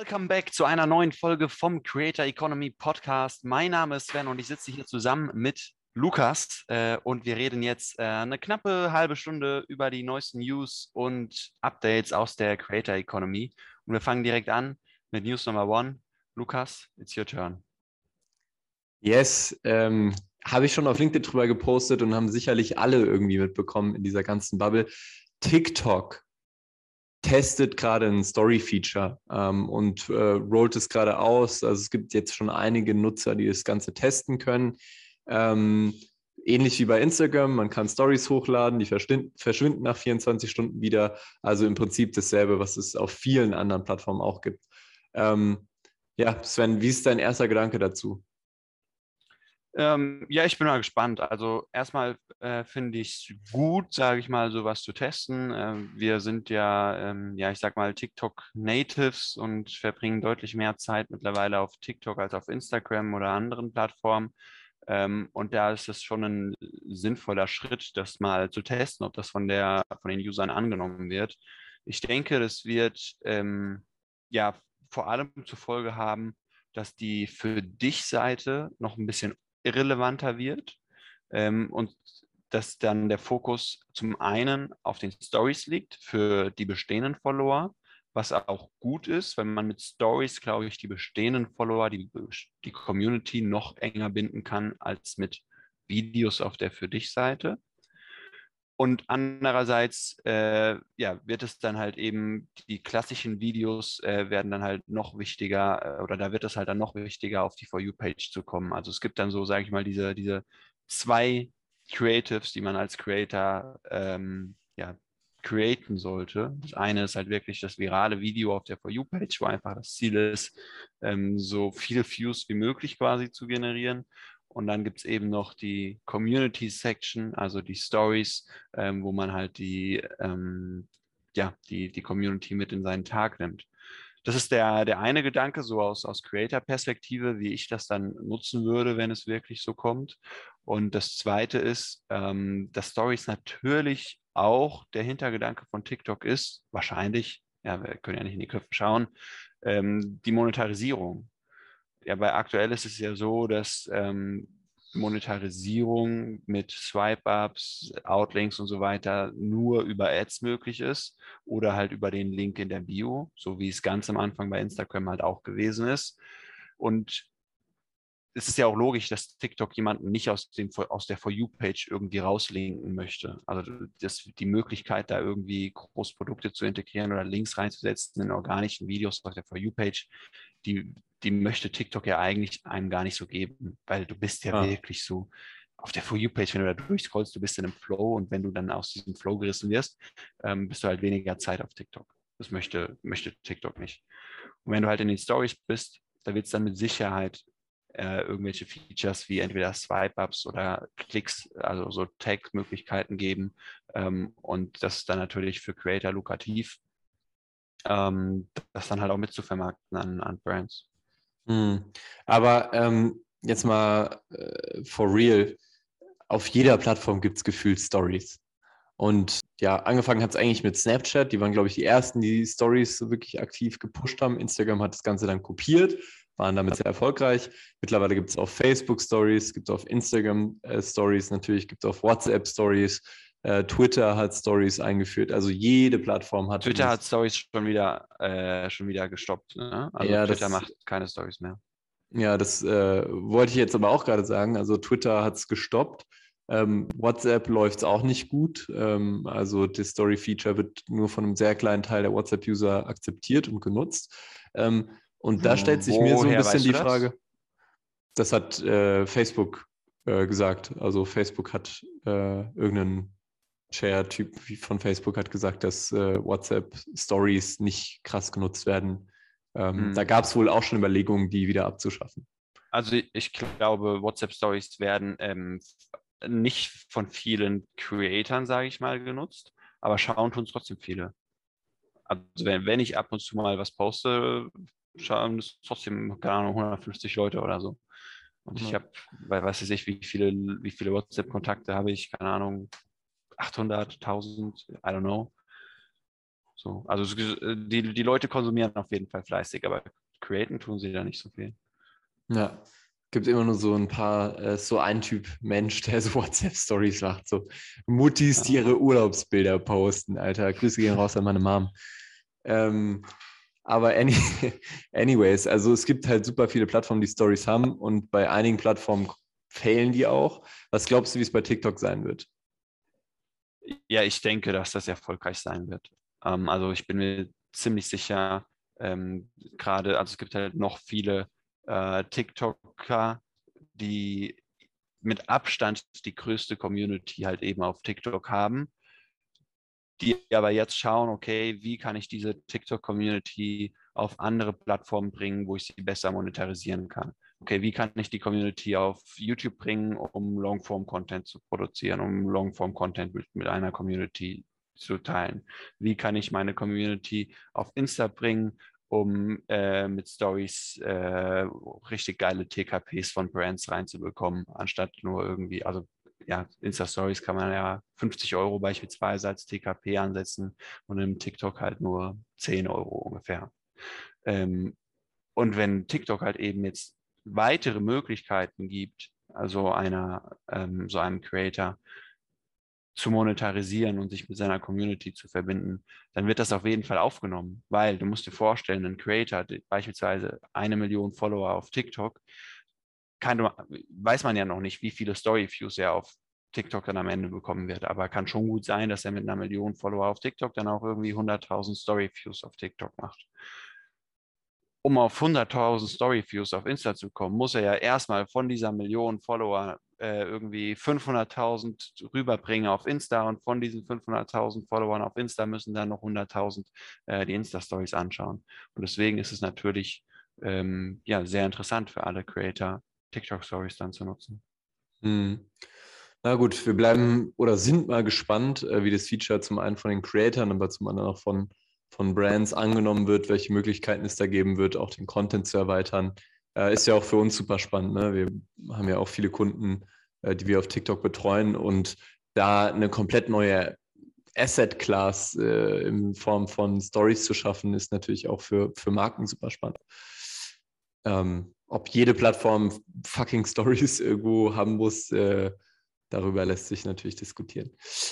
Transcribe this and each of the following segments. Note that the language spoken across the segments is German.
Welcome back zu einer neuen Folge vom Creator Economy Podcast. Mein Name ist Sven und ich sitze hier zusammen mit Lukas und wir reden jetzt eine knappe halbe Stunde über die neuesten News und Updates aus der Creator Economy. Und wir fangen direkt an mit News Number 1. Lukas, it's your turn. Yes, habe ich schon auf LinkedIn drüber gepostet und haben sicherlich alle irgendwie mitbekommen in dieser ganzen Bubble. TikTok testet gerade ein Story-Feature und rollt es gerade aus. Also es gibt jetzt schon einige Nutzer, die das Ganze testen können. Ähnlich wie bei Instagram, man kann Stories hochladen, die verschwinden nach 24 Stunden wieder. Also im Prinzip dasselbe, was es auf vielen anderen Plattformen auch gibt. Ja, Sven, wie ist dein erster Gedanke dazu? Ja, ich bin mal gespannt. Also erstmal finde ich es gut, sage ich mal, sowas zu testen. Wir sind ja, ich sag mal, TikTok-Natives und verbringen deutlich mehr Zeit mittlerweile auf TikTok als auf Instagram oder anderen Plattformen. Und da ist es schon ein sinnvoller Schritt, das mal zu testen, ob das von den Usern angenommen wird. Ich denke, das wird ja vor allem zur Folge haben, dass die für dich Seite noch ein bisschen irrelevanter wird und dass dann der Fokus zum einen auf den Stories liegt für die bestehenden Follower, was auch gut ist, weil man mit Stories, glaube ich, die bestehenden Follower, die Community noch enger binden kann als mit Videos auf der Für dich Seite. Und andererseits wird es dann halt eben, die klassischen Videos werden dann halt noch wichtiger oder da wird es halt dann noch wichtiger, auf die For You-Page zu kommen. Also es gibt dann so, sage ich mal, diese zwei Creatives, die man als Creator createn sollte. Das eine ist halt wirklich das virale Video auf der For You-Page, wo einfach das Ziel ist, so viele Views wie möglich quasi zu generieren. Und dann gibt es eben noch die Community Section, also die Stories, wo man halt die Community mit in seinen Tag nimmt. Das ist der eine Gedanke, so aus Creator-Perspektive, wie ich das dann nutzen würde, wenn es wirklich so kommt. Und das zweite ist, dass Stories natürlich auch der Hintergedanke von TikTok ist, wahrscheinlich, ja, wir können ja nicht in die Köpfe schauen, die Monetarisierung. Ja, weil aktuell ist es ja so, dass Monetarisierung mit Swipe-Ups, Outlinks und so weiter nur über Ads möglich ist oder halt über den Link in der Bio, so wie es ganz am Anfang bei Instagram halt auch gewesen ist. Und es ist ja auch logisch, dass TikTok jemanden nicht aus der For You-Page irgendwie rauslinken möchte. Also die Möglichkeit, da irgendwie Großprodukte zu integrieren oder Links reinzusetzen in organischen Videos auf der For You-Page, die möchte TikTok ja eigentlich einem gar nicht so geben, weil du bist ja wirklich so auf der For You-Page, wenn du da durchscrollst, du bist in einem Flow und wenn du dann aus diesem Flow gerissen wirst, bist du halt weniger Zeit auf TikTok. Das möchte TikTok nicht. Und wenn du halt in den Stories bist, da wird es dann mit Sicherheit irgendwelche Features wie entweder Swipe-Ups oder Klicks, also so Tag-Möglichkeiten geben. Und das ist dann natürlich für Creator lukrativ, das dann halt auch mitzuvermarkten an Brands. Aber jetzt mal for real, auf jeder Plattform gibt es gefühlt Stories. Und ja, angefangen hat es eigentlich mit Snapchat. Die waren, glaube ich, die ersten, die Stories so wirklich aktiv gepusht haben. Instagram hat das Ganze dann kopiert, waren damit sehr erfolgreich. Mittlerweile gibt es auf Facebook Stories, gibt es auf Instagram Stories, natürlich gibt es auf WhatsApp Stories. Twitter hat Stories eingeführt. Also jede Plattform hat. Twitter hat Stories schon wieder gestoppt. Ne? Also ja, Twitter macht keine Stories mehr. Ja, das wollte ich jetzt aber auch gerade sagen. Also Twitter hat es gestoppt. WhatsApp läuft es auch nicht gut. Also das Story-Feature wird nur von einem sehr kleinen Teil der WhatsApp-User akzeptiert und genutzt. Und da stellt sich mir so ein bisschen die Frage, das hat Facebook gesagt. Also Facebook hat irgendein Share-Typ von Facebook hat gesagt, dass WhatsApp-Stories nicht krass genutzt werden. Da gab es wohl auch schon Überlegungen, die wieder abzuschaffen. Also ich glaube, WhatsApp-Stories werden nicht von vielen Creatoren, sage ich mal, genutzt, aber schauen tun es trotzdem viele. Also wenn ich ab und zu mal was poste, schauen es trotzdem, keine Ahnung, 150 Leute oder so. Und ich habe, weiß ich nicht, wie viele WhatsApp-Kontakte habe ich, keine Ahnung, 800, 1000, I don't know. So, also die Leute konsumieren auf jeden Fall fleißig, aber createn tun sie da nicht so viel. Ja, gibt immer nur so ein paar, so ein Typ Mensch, der so WhatsApp-Stories macht, so Muttis, die ihre Urlaubsbilder posten, Alter. Grüße gehen raus an meine Mom. Aber anyways, also es gibt halt super viele Plattformen, die Stories haben und bei einigen Plattformen failen die auch. Was glaubst du, wie es bei TikTok sein wird? Ja, ich denke, dass das erfolgreich sein wird. Also ich bin mir ziemlich sicher, gerade, also es gibt halt noch viele TikToker, die mit Abstand die größte Community halt eben auf TikTok haben, die aber jetzt schauen, okay, wie kann ich diese TikTok-Community auf andere Plattformen bringen, wo ich sie besser monetarisieren kann. Okay, wie kann ich die Community auf YouTube bringen, um Longform-Content zu produzieren, um Longform-Content mit einer Community zu teilen? Wie kann ich meine Community auf Insta bringen, um mit Stories richtig geile TKPs von Brands reinzubekommen, anstatt nur irgendwie, also ja, Insta-Stories kann man ja 50 Euro beispielsweise als TKP ansetzen und im TikTok halt nur 10 Euro ungefähr. Ähm, und wenn TikTok halt eben jetzt weitere Möglichkeiten gibt, also so einem Creator zu monetarisieren und sich mit seiner Community zu verbinden, dann wird das auf jeden Fall aufgenommen, weil du musst dir vorstellen, ein Creator hat beispielsweise 1 Million Follower auf TikTok, weiß man ja noch nicht, wie viele Story-Views er auf TikTok dann am Ende bekommen wird, aber kann schon gut sein, dass er mit 1 Million Follower auf TikTok dann auch irgendwie 100.000 Story-Views auf TikTok macht. Um auf 100.000 Story-Views auf Insta zu kommen, muss er ja erstmal von dieser Million Follower irgendwie 500.000 rüberbringen auf Insta und von diesen 500.000 Followern auf Insta müssen dann noch 100.000 die Insta-Stories anschauen. Und deswegen ist es natürlich ja, sehr interessant für alle Creator, TikTok-Stories dann zu nutzen. Hm. Na gut, wir bleiben oder sind mal gespannt, wie das Feature zum einen von den Creatoren, aber zum anderen auch von Brands angenommen wird, welche Möglichkeiten es da geben wird, auch den Content zu erweitern. Ist ja auch für uns super spannend. Ne? Wir haben ja auch viele Kunden, die wir auf TikTok betreuen und da eine komplett neue Asset-Class in Form von Stories zu schaffen, ist natürlich auch für Marken super spannend. Ob jede Plattform fucking Stories irgendwo haben muss, darüber lässt sich natürlich diskutieren.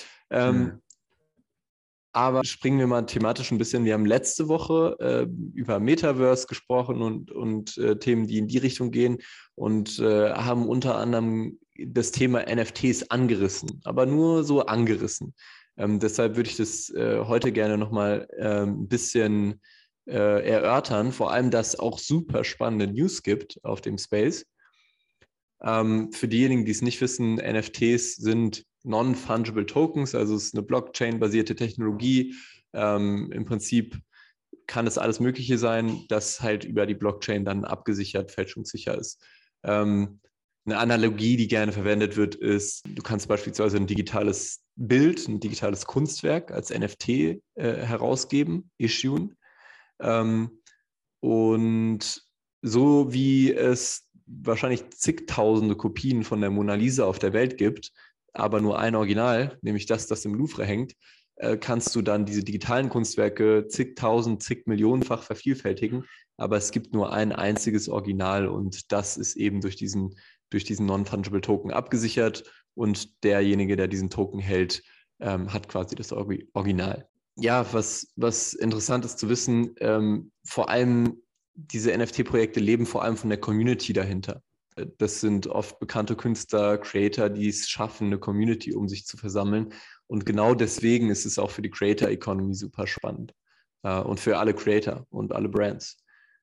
Aber springen wir mal thematisch ein bisschen. Wir haben letzte Woche über Metaverse gesprochen und Themen, die in die Richtung gehen und haben unter anderem das Thema NFTs angerissen, aber nur so angerissen. Deshalb würde ich das heute gerne nochmal ein bisschen erörtern, vor allem, dass es auch super spannende News gibt auf dem Space. Für diejenigen, die es nicht wissen, NFTs sind Non-Fungible Tokens, also es ist eine Blockchain-basierte Technologie. Im Prinzip kann es alles Mögliche sein, das halt über die Blockchain dann abgesichert, fälschungssicher ist. Eine Analogie, die gerne verwendet wird, ist, du kannst beispielsweise ein digitales Bild, ein digitales Kunstwerk als NFT herausgeben, issuen. Und so wie es wahrscheinlich zigtausende Kopien von der Mona Lisa auf der Welt gibt, aber nur ein Original, nämlich das im Louvre hängt, kannst du dann diese digitalen Kunstwerke zigtausend, zig millionenfach vervielfältigen, aber es gibt nur ein einziges Original und das ist eben durch diesen Non-Fungible Token abgesichert und derjenige, der diesen Token hält, hat quasi das Original. Ja, was interessant ist zu wissen, vor allem diese NFT-Projekte leben vor allem von der Community dahinter. Das sind oft bekannte Künstler, Creator, die es schaffen, eine Community um sich zu versammeln. Und genau deswegen ist es auch für die Creator Economy super spannend. Und für alle Creator und alle Brands.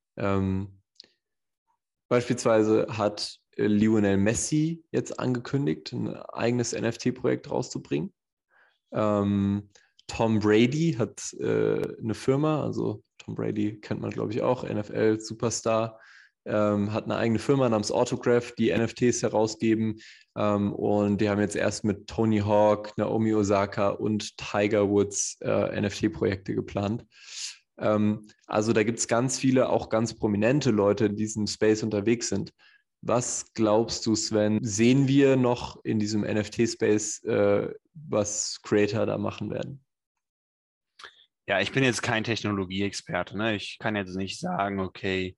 Beispielsweise hat Lionel Messi jetzt angekündigt, ein eigenes NFT-Projekt rauszubringen. Tom Brady hat eine Firma, also Tom Brady kennt man, glaube ich, auch, NFL-Superstar, hat eine eigene Firma namens Autograph, die NFTs herausgeben. Und die haben jetzt erst mit Tony Hawk, Naomi Osaka und Tiger Woods NFT-Projekte geplant. Also da gibt es ganz viele, auch ganz prominente Leute, die in diesem Space unterwegs sind. Was glaubst du, Sven, sehen wir noch in diesem NFT-Space, was Creator da machen werden? Ja, ich bin jetzt kein Technologieexperte, ne? Ich kann jetzt nicht sagen, okay,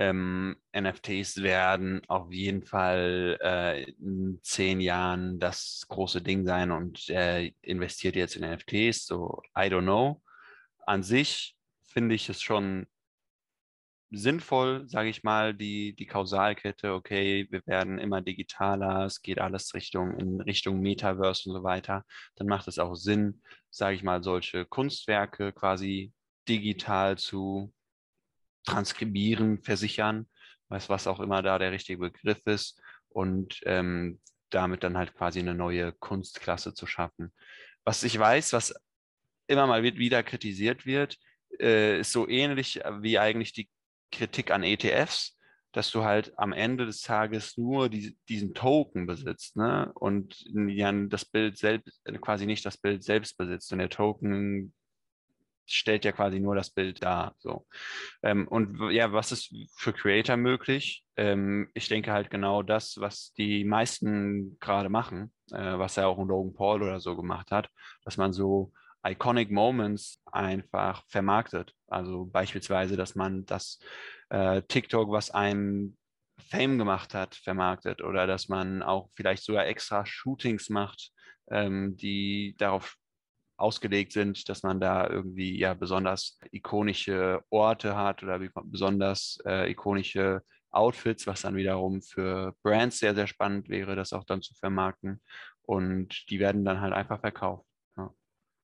NFTs werden auf jeden Fall in 10 Jahren das große Ding sein und investiert jetzt in NFTs. So, I don't know. An sich finde ich es schon sinnvoll, sage ich mal, die Kausalkette, okay, wir werden immer digitaler, es geht alles in Richtung Metaverse und so weiter, dann macht es auch Sinn, sage ich mal, solche Kunstwerke quasi digital zu transkribieren, versichern, was auch immer da der richtige Begriff ist und damit dann halt quasi eine neue Kunstklasse zu schaffen. Was ich weiß, was immer mal wieder kritisiert wird, ist so ähnlich wie eigentlich die Kritik an ETFs, dass du halt am Ende des Tages nur diesen Token besitzt, ne? Und ja, das Bild selbst, quasi nicht das Bild selbst besitzt. Und der Token stellt ja quasi nur das Bild dar. So. Und ja, was ist für Creator möglich? Ich denke halt genau das, was die meisten gerade machen, was ja auch ein Logan Paul oder so gemacht hat, dass man so Iconic Moments einfach vermarktet. Also beispielsweise, dass man das TikTok, was einem Fame gemacht hat, vermarktet oder dass man auch vielleicht sogar extra Shootings macht, die darauf ausgelegt sind, dass man da irgendwie ja besonders ikonische Orte hat oder besonders ikonische Outfits, was dann wiederum für Brands sehr, sehr spannend wäre, das auch dann zu vermarkten. Und die werden dann halt einfach verkauft. Ja.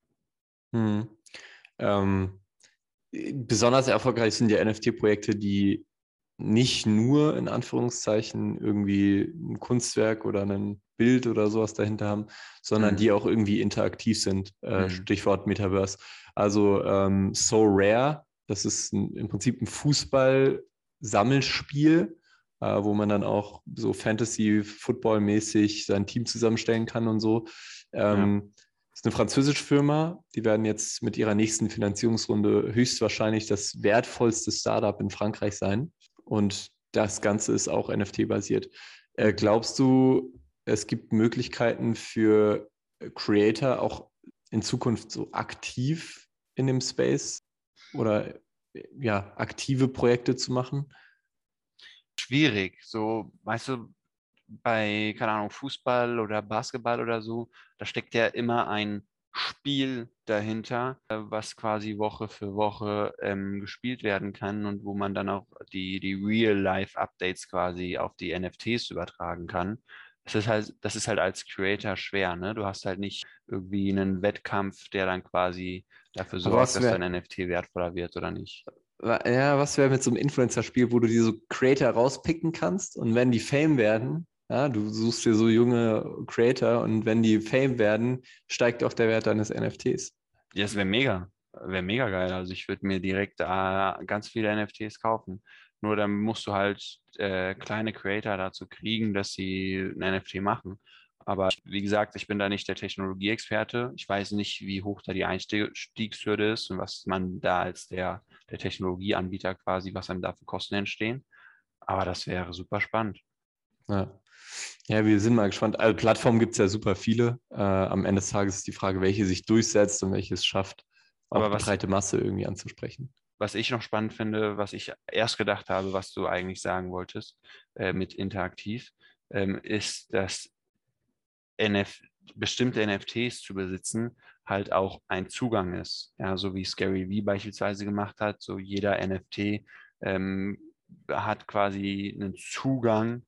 Hm. Ähm, Besonders erfolgreich sind ja NFT-Projekte, die nicht nur in Anführungszeichen irgendwie ein Kunstwerk oder ein Bild oder sowas dahinter haben, sondern Mhm. die auch irgendwie interaktiv sind. Mhm. Stichwort Metaverse. Also So Rare, das ist im Prinzip ein Fußball-Sammelspiel, wo man dann auch so Fantasy-Football-mäßig sein Team zusammenstellen kann und so. Ja. Ist eine französische Firma, die werden jetzt mit ihrer nächsten Finanzierungsrunde höchstwahrscheinlich das wertvollste Startup in Frankreich sein. Und das Ganze ist auch NFT-basiert. Mhm. Glaubst du, es gibt Möglichkeiten für Creator auch in Zukunft so aktiv in dem Space oder ja, aktive Projekte zu machen? Schwierig. So, weißt du, bei, keine Ahnung, Fußball oder Basketball oder so, da steckt ja immer ein Spiel dahinter, was quasi Woche für Woche gespielt werden kann und wo man dann auch die Real-Life-Updates quasi auf die NFTs übertragen kann. Das ist halt als Creator schwer, ne? Du hast halt nicht irgendwie einen Wettkampf, der dann quasi dafür Aber sorgt, dass dein NFT wertvoller wird oder nicht. was wäre mit so einem Influencer-Spiel, wo du diese Creator rauspicken kannst und wenn die Fame werden, ja, du suchst dir so junge Creator und wenn die Fame werden, steigt auch der Wert deines NFTs. Ja, es wäre mega. Wäre mega geil. Also ich würde mir direkt ganz viele NFTs kaufen. Nur dann musst du halt kleine Creator dazu kriegen, dass sie ein NFT machen. Aber wie gesagt, ich bin da nicht der Technologieexperte. Ich weiß nicht, wie hoch da die Einstiegshürde ist und was man da als der Technologieanbieter quasi, was einem da für Kosten entstehen. Aber das wäre super spannend. Ja. Ja, wir sind mal gespannt. Also Plattformen gibt es ja super viele. Am Ende des Tages ist die Frage, welche sich durchsetzt und welche es schafft, auch Aber die was, breite Masse irgendwie anzusprechen. was ich noch spannend finde, was ich erst gedacht habe, was du eigentlich sagen wolltest mit interaktiv, ist, dass NF bestimmte NFTs zu besitzen halt auch ein Zugang ist. Ja, so wie Scary V beispielsweise gemacht hat, so jeder NFT ähm, hat quasi einen Zugang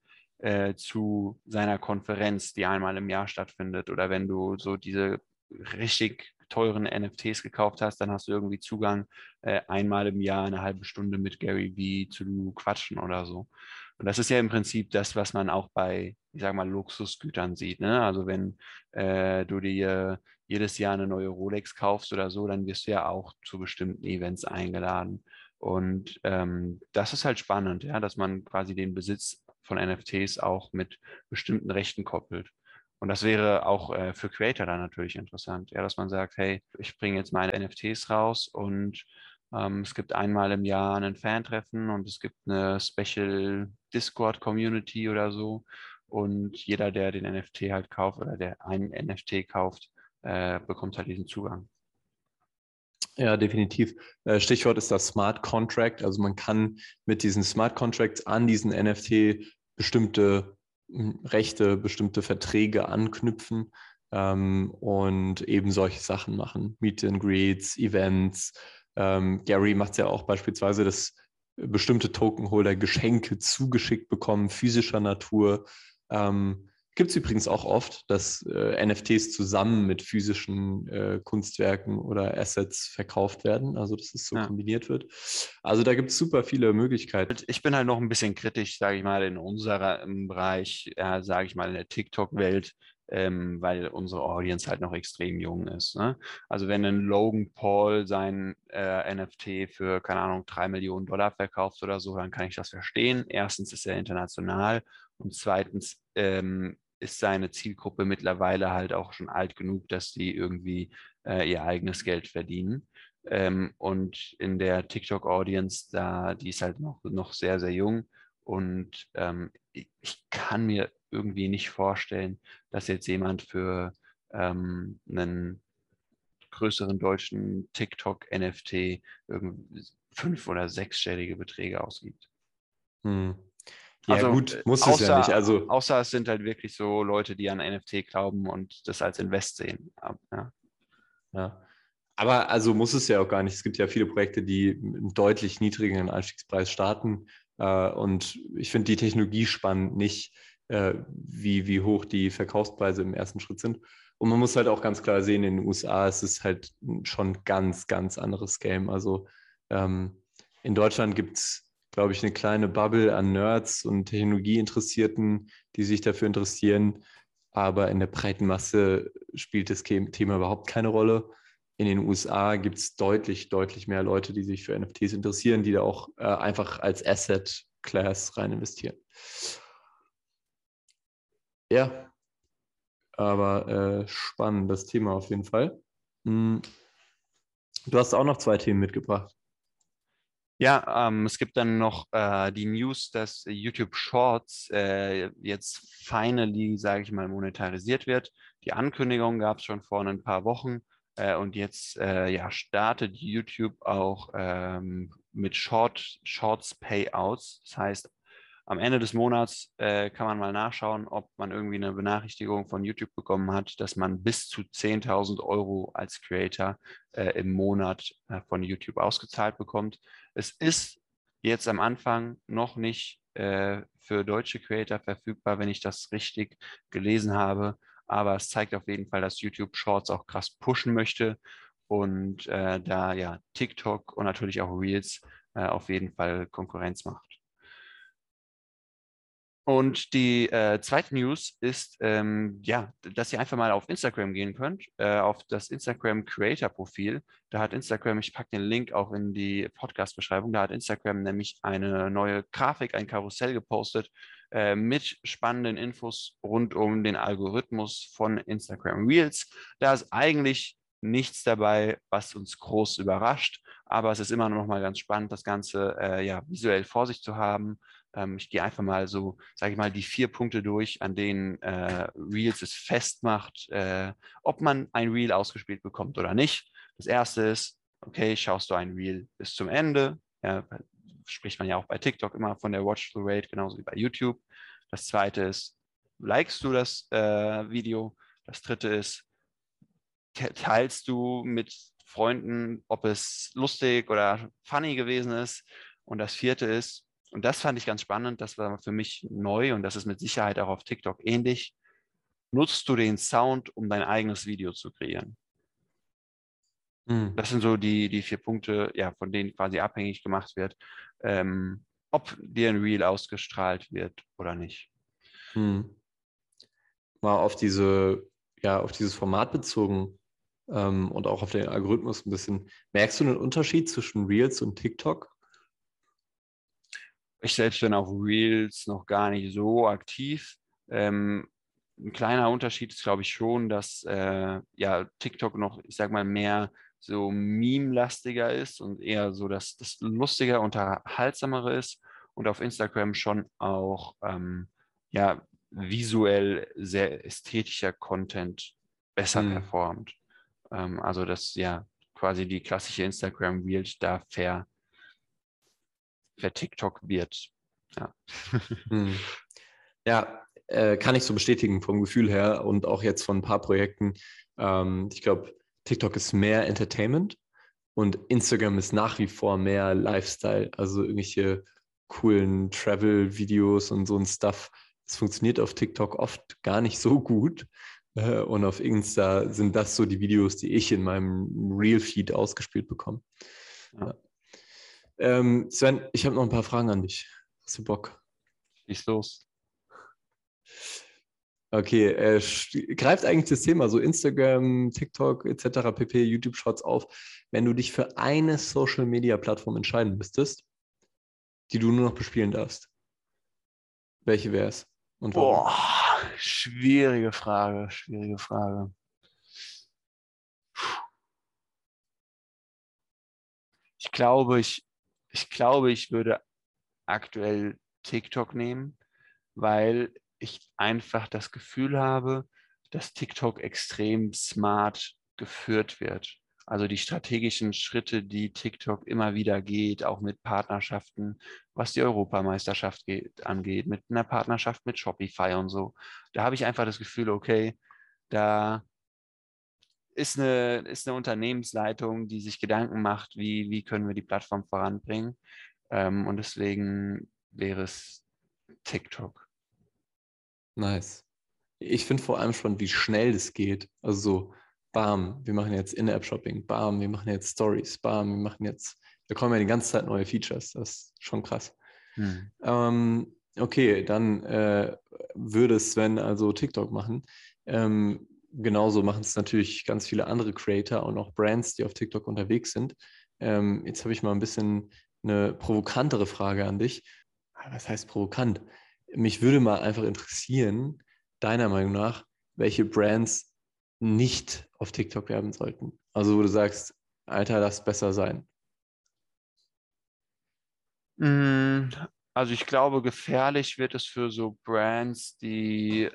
zu seiner Konferenz, die einmal im Jahr stattfindet. Oder wenn du so diese richtig teuren NFTs gekauft hast, dann hast du irgendwie Zugang, einmal im Jahr eine halbe Stunde mit Gary V zu quatschen oder so. Und das ist ja im Prinzip das, was man auch bei, ich sag mal, Luxusgütern sieht. Ne? Also wenn du dir jedes Jahr eine neue Rolex kaufst oder so, dann wirst du ja auch zu bestimmten Events eingeladen. Und das ist halt spannend, ja, dass man quasi den Besitz von NFTs auch mit bestimmten Rechten koppelt. Und das wäre auch für Creator dann natürlich interessant, ja, dass man sagt, hey, ich bringe jetzt meine NFTs raus und es gibt einmal im Jahr ein Fan-Treffen und es gibt eine Special Discord-Community oder so. Und jeder, der den NFT halt kauft oder der einen NFT kauft, bekommt halt diesen Zugang. Ja, definitiv. Stichwort ist das Smart Contract. Also man kann mit diesen Smart Contracts an diesen NFT bestimmte Rechte, bestimmte Verträge anknüpfen und eben solche Sachen machen. Meet and Greets, Events. Gary macht es ja auch beispielsweise, dass bestimmte Tokenholder Geschenke zugeschickt bekommen, physischer Natur. Gibt es übrigens auch oft, dass NFTs zusammen mit physischen Kunstwerken oder Assets verkauft werden, also dass es so kombiniert wird. Also da gibt es super viele Möglichkeiten. Ich bin halt noch ein bisschen kritisch, sage ich mal, in unserem Bereich, sage ich mal, in der TikTok-Welt, weil unsere Audience halt noch extrem jung ist. Ne? Also wenn ein Logan Paul sein NFT für, keine Ahnung, 3 Millionen Dollar verkauft oder so, dann kann ich das verstehen. Erstens ist er international und zweitens ist seine Zielgruppe mittlerweile halt auch schon alt genug, dass die irgendwie ihr eigenes Geld verdienen. Und in der TikTok-Audience, die ist halt noch sehr, sehr jung. Und ich kann mir irgendwie nicht vorstellen, dass jetzt jemand für einen größeren deutschen TikTok-NFT irgendwie 5- oder 6-stellige Beträge ausgibt. Hm. Ja, Also gut, muss es ja nicht. Also, außer es sind halt wirklich so Leute, die an NFT glauben und das als Invest sehen. Ja. ja. Aber also muss es ja auch gar nicht. Es gibt ja viele Projekte, die mit einem deutlich niedrigeren Einstiegspreis starten. Und ich finde die Technologie spannend, nicht wie hoch die Verkaufspreise im ersten Schritt sind. Und man muss halt auch ganz klar sehen, in den USA ist es halt schon ein ganz, ganz anderes Game. Also in Deutschland gibt es, glaube ich, eine kleine Bubble an Nerds und Technologieinteressierten, die sich dafür interessieren. Aber in der breiten Masse spielt das Thema überhaupt keine Rolle. In den USA gibt es deutlich, deutlich mehr Leute, die sich für NFTs interessieren, die da auch einfach als Asset-Class rein investieren. Ja, aber spannend, das Thema auf jeden Fall. Du hast auch noch 2 Themen mitgebracht. Ja, es gibt dann noch die News, dass YouTube Shorts jetzt finally, sage ich mal, monetarisiert wird. Die Ankündigung gab es schon vor ein paar Wochen und jetzt ja, startet YouTube auch mit Shorts Payouts. Das heißt, am Ende des Monats kann man mal nachschauen, ob man irgendwie eine Benachrichtigung von YouTube bekommen hat, dass man bis zu 10.000 Euro als Creator im Monat von YouTube ausgezahlt bekommt. Es ist jetzt am Anfang noch nicht für deutsche Creator verfügbar, wenn ich das richtig gelesen habe. Aber es zeigt auf jeden Fall, dass YouTube Shorts auch krass pushen möchte und da ja TikTok und natürlich auch Reels auf jeden Fall Konkurrenz macht. Und die zweite News ist, ja, dass ihr einfach mal auf Instagram gehen könnt, auf das Instagram Creator Profil. Da hat Instagram, ich packe den Link auch in die Podcast-Beschreibung, da hat Instagram nämlich eine neue Grafik, ein Karussell gepostet mit spannenden Infos rund um den Algorithmus von Instagram Reels. Da ist eigentlich nichts dabei, was uns groß überrascht, aber es ist immer noch mal ganz spannend, das Ganze ja, visuell vor sich zu haben. Ich gehe einfach mal so, sage ich mal, die 4 Punkte durch, an denen Reels es festmacht, ob man ein Reel ausgespielt bekommt oder nicht. Das erste ist, okay, schaust du ein Reel bis zum Ende. Ja, spricht man ja auch bei TikTok immer von der Watch-Through-Rate, genauso wie bei YouTube. Das zweite ist, likest du das Video? Das dritte ist, teilst du mit Freunden, ob es lustig oder funny gewesen ist? Und das vierte ist, und das fand ich ganz spannend, das war für mich neu und das ist mit Sicherheit auch auf TikTok ähnlich, nutzt du den Sound, um dein eigenes Video zu kreieren? Hm. Das sind so die 4 Punkte, ja, von denen quasi abhängig gemacht wird, ob dir ein Reel ausgestrahlt wird oder nicht. Hm. Mal auf auf dieses Format bezogen und auch auf den Algorithmus ein bisschen. Merkst du einen Unterschied zwischen Reels und TikTok? Ich selbst bin auf Reels noch gar nicht so aktiv. Ähm, ein kleiner Unterschied ist, glaube ich, schon, dass ja, TikTok noch, ich sag mal, mehr so meme-lastiger ist und eher so, dass das lustiger, unterhaltsamere ist und auf Instagram schon auch ja, visuell sehr ästhetischer Content besser Hm. performt. Also das, ja, quasi die klassische Instagram-Reel da ver-TikTok wird. Ja. Ja, kann ich so bestätigen vom Gefühl her und auch jetzt von ein paar Projekten. Ich glaube, TikTok ist mehr Entertainment und Instagram ist nach wie vor mehr Lifestyle, also irgendwelche coolen Travel-Videos und so ein Stuff. Das funktioniert auf TikTok oft gar nicht so gut. Und auf Insta sind das so die Videos, die ich in meinem Reel-Feed ausgespielt bekomme. Ja. Sven, ich habe noch ein paar Fragen an dich. Hast du Bock? Schieß los. Okay, greift eigentlich das Thema so Instagram, TikTok etc. pp, YouTube-Shorts auf, wenn du dich für eine Social-Media-Plattform entscheiden müsstest, die du nur noch bespielen darfst. Welche wäre es und warum? Boah, schwierige Frage. Ich glaube, ich würde aktuell TikTok nehmen, weil ich einfach das Gefühl habe, dass TikTok extrem smart geführt wird. Also die strategischen Schritte, die TikTok immer wieder geht, auch mit Partnerschaften, was die Europameisterschaft angeht, mit einer Partnerschaft mit Shopify und so. Da habe ich einfach das Gefühl, okay, da ist eine Unternehmensleitung, die sich Gedanken macht, wie können wir die Plattform voranbringen. Und deswegen wäre es TikTok. Nice. Ich finde vor allem schon, wie schnell das geht. Also so, bam, wir machen jetzt In-App-Shopping, bam, wir machen jetzt Stories, bam, wir machen jetzt, da kommen ja die ganze Zeit neue Features. Das ist schon krass. Okay, dann würde Sven also TikTok machen. Genauso machen es natürlich ganz viele andere Creator und auch Brands, die auf TikTok unterwegs sind. Jetzt habe ich mal ein bisschen eine provokantere Frage an dich. Was heißt provokant? Mich würde mal einfach interessieren, deiner Meinung nach, welche Brands nicht auf TikTok werben sollten. Also wo du sagst, Alter, lass besser sein. Also ich glaube, gefährlich wird es für so Brands, die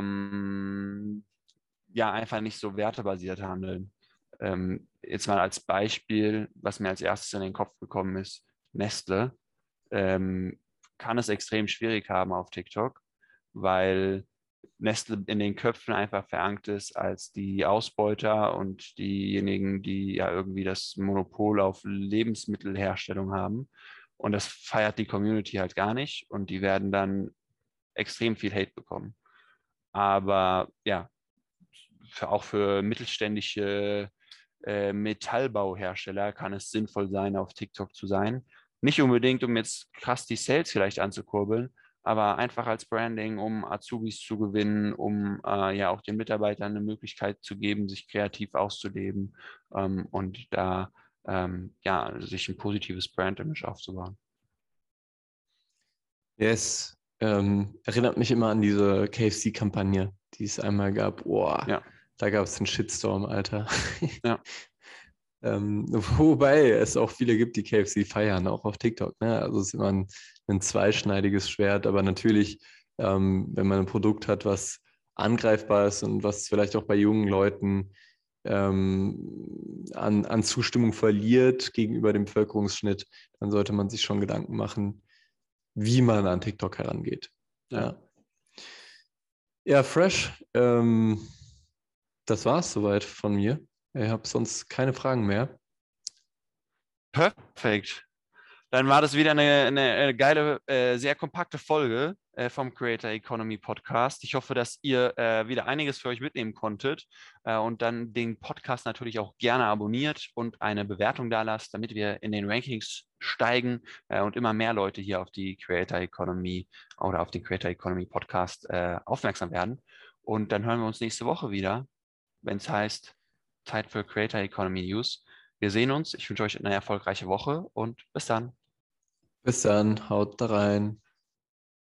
ja einfach nicht so wertebasiert handeln. Jetzt mal als Beispiel, was mir als erstes in den Kopf gekommen ist, Nestle kann es extrem schwierig haben auf TikTok, weil Nestle in den Köpfen einfach verankert ist als die Ausbeuter und diejenigen, die ja irgendwie das Monopol auf Lebensmittelherstellung haben. Und das feiert die Community halt gar nicht und die werden dann extrem viel Hate bekommen. Aber ja, auch für mittelständische Metallbauhersteller kann es sinnvoll sein, auf TikTok zu sein. Nicht unbedingt, um jetzt krass die Sales vielleicht anzukurbeln, aber einfach als Branding, um Azubis zu gewinnen, um ja auch den Mitarbeitern eine Möglichkeit zu geben, sich kreativ auszuleben und da ja, sich ein positives Brand-Image aufzubauen. Yes. Erinnert mich immer an diese KFC-Kampagne, die es einmal gab. Boah, Ja. Da gab es einen Shitstorm, Alter. Ja. Wobei es auch viele gibt, die KFC feiern, auch auf TikTok. Ne? Also es ist immer ein zweischneidiges Schwert, aber natürlich, wenn man ein Produkt hat, was angreifbar ist und was vielleicht auch bei jungen Leuten an Zustimmung verliert gegenüber dem Bevölkerungsschnitt, dann sollte man sich schon Gedanken machen, wie man an TikTok herangeht. Ja. Ja, fresh. Das war es soweit von mir. Ich habe sonst keine Fragen mehr. Perfekt. Dann war das wieder eine geile, sehr kompakte Folge vom Creator Economy Podcast. Ich hoffe, dass ihr wieder einiges für euch mitnehmen konntet und dann den Podcast natürlich auch gerne abonniert und eine Bewertung da lasst, damit wir in den Rankings steigen und immer mehr Leute hier auf die Creator Economy oder auf den Creator Economy Podcast aufmerksam werden. Und dann hören wir uns nächste Woche wieder, wenn es heißt Zeit für Creator Economy News. Wir sehen uns. Ich wünsche euch eine erfolgreiche Woche und bis dann. Bis dann, haut da rein.